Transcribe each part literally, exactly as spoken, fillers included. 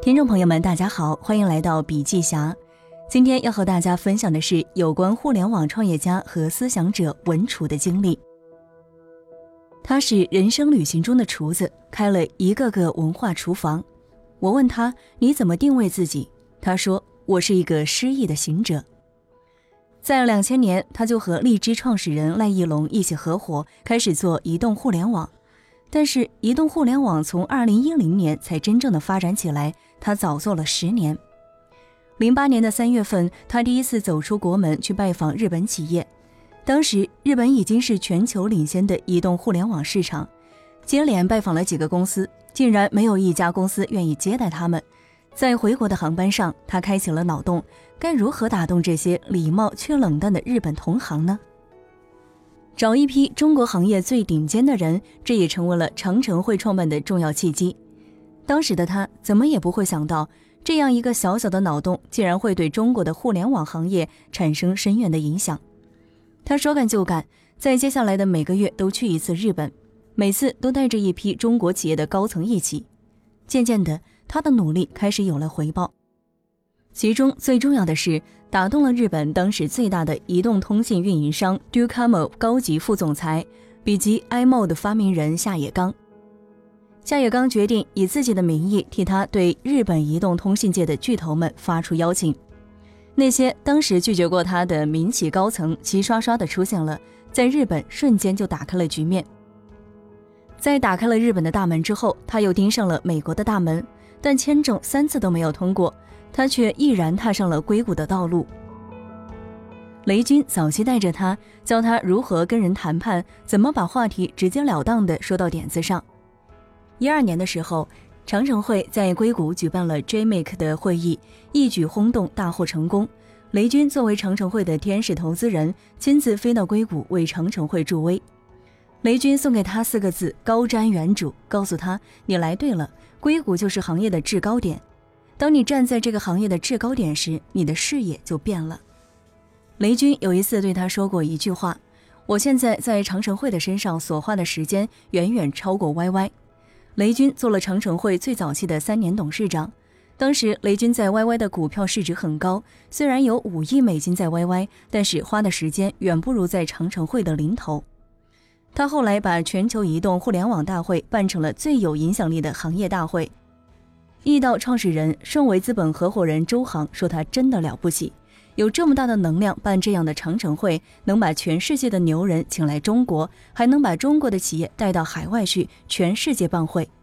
听众朋友们大家好，欢迎来到笔记侠。今天要和大家分享的是有关互联网创业家和思想者文厨的经历。他是人生旅行中的厨子，开了一个个文化厨房。我问他，你怎么定位自己？他说，我是一个诗意的行者。在两千年，他就和荔枝创始人赖艺龙一起合伙，开始做移动互联网。但是移动互联网从二零一零年才真正的发展起来，他早做了十年。零八年的三月份，他第一次走出国门去拜访日本企业。当时日本已经是全球领先的移动互联网市场，接连拜访了几个公司，竟然没有一家公司愿意接待他们。在回国的航班上，他开启了脑洞，该如何打动这些礼貌却冷淡的日本同行呢？找一批中国行业最顶尖的人，这也成为了长城会创办的重要契机。当时的他怎么也不会想到，这样一个小小的脑洞竟然会对中国的互联网行业产生深远的影响。他说干就干，在接下来的每个月都去一次日本，每次都带着一批中国企业的高层一起。渐渐的，他的努力开始有了回报。其中最重要的是打动了日本当时最大的移动通信运营商 Docomo 高级副总裁，以及 i M O 的发明人夏野刚。夏野刚决定以自己的名义替他对日本移动通信界的巨头们发出邀请。那些当时拒绝过他的民企高层齐刷刷地出现了，在日本瞬间就打开了局面。在打开了日本的大门之后，他又盯上了美国的大门，但签证三次都没有通过，他却毅然踏上了硅谷的道路。雷军早期带着他，教他如何跟人谈判，怎么把话题直截了当地说到点子上。一二年的时候，长城会在硅谷举办了 J M A C 的会议，一举轰动，大获成功。雷军作为长城会的天使投资人，亲自飞到硅谷为长城会助威。雷军送给他四个字：高瞻远瞩，告诉他，你来对了，硅谷就是行业的制高点。当你站在这个行业的制高点时，你的视野就变了。雷军有一次对他说过一句话，我现在在长城会的身上所花的时间远远超过 Y Y。 雷军做了长城会最早期的三年董事长，当时雷军在 Y Y 的股票市值很高，虽然有五亿美金在 Y Y， 但是花的时间远不如在长城会的零头。他后来把全球移动互联网大会办成了最有影响力的行业大会。易道创始人顺为资本合伙人周航说，他真的了不起，有这么大的能量办这样的长城会，能把全世界的牛人请来中国，还能把中国的企业带到海外去，全世界办会。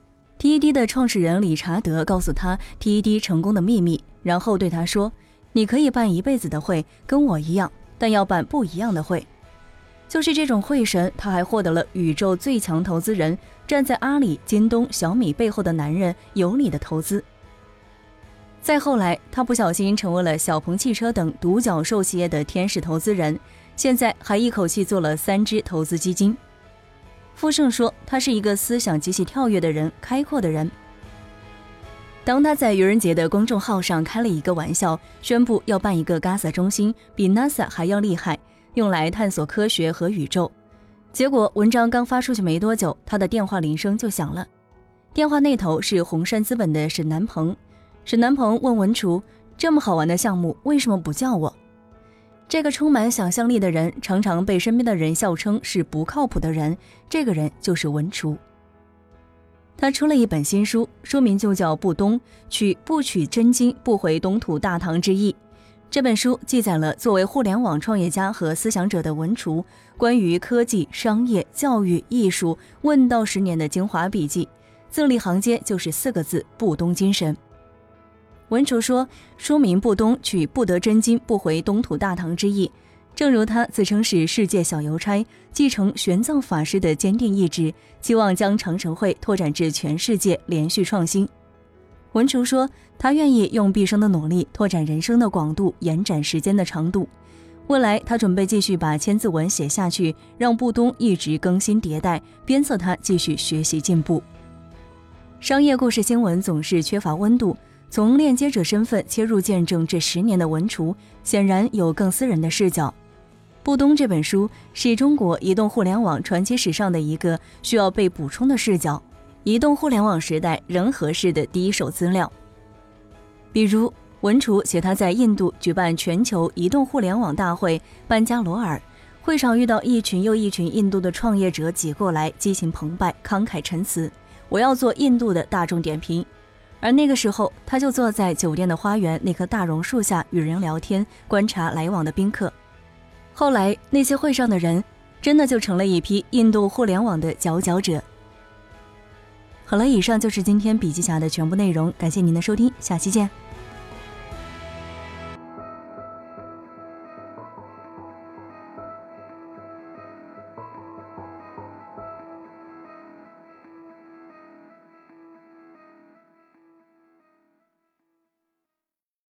T E D 的创始人理查德告诉他 T E D 成功的秘密，然后对他说，你可以办一辈子的会，跟我一样，但要办不一样的会。就是这种会神，他还获得了宇宙最强投资人，站在阿里、京东、小米背后的男人有你的投资。再后来，他不小心成为了小鹏汽车等独角兽企业的天使投资人，现在还一口气做了三只投资基金。傅盛说，他是一个思想极其跳跃的人，开阔的人。当他在愚人节的公众号上开了一个玩笑，宣布要办一个 Gaza 中心，比 NASA 还要厉害，用来探索科学和宇宙。结果文章刚发出去没多久，他的电话铃声就响了。电话那头是红杉资本的沈南鹏。沈南鹏问文厨，这么好玩的项目为什么不叫我？这个充满想象力的人常常被身边的人笑称是不靠谱的人，这个人就是文厨。他出了一本新书，书名就叫不东，取不取真经不回东土大唐之意。这本书记载了作为互联网创业家和思想者的文厨关于科技、商业、教育、艺术问道十年的精华笔记，字里行间就是四个字：不东精神。文厨说，书名不东取不得真经不回东土大唐之意，正如他自称是世界小邮差，继承玄奘法师的坚定意志，期望将长城会拓展至全世界，连续创新。文厨说，他愿意用毕生的努力拓展人生的广度，延展时间的长度。未来他准备继续把千字文写下去，让不东一直更新迭代，鞭策他继续学习进步。商业故事新闻总是缺乏温度，从链接者身份切入见证这十年的文厨，显然有更私人的视角。不东这本书是中国移动互联网传奇史上的一个需要被补充的视角，移动互联网时代仍合适的第一手资料。 比如文楚写他在印度举办全球移动互联网大会班加罗尔，会上遇到一群又一群印度的创业者挤过来，激情澎湃，慷慨陈词，我要做印度的大众点评。而那个时候，他就坐在酒店的花园那棵大榕树下与人聊天，观察来往的宾客。后来那些会上的人真的就成了一批印度互联网的佼佼者。好了，以上就是今天笔记侠的全部内容，感谢您的收听，下期见。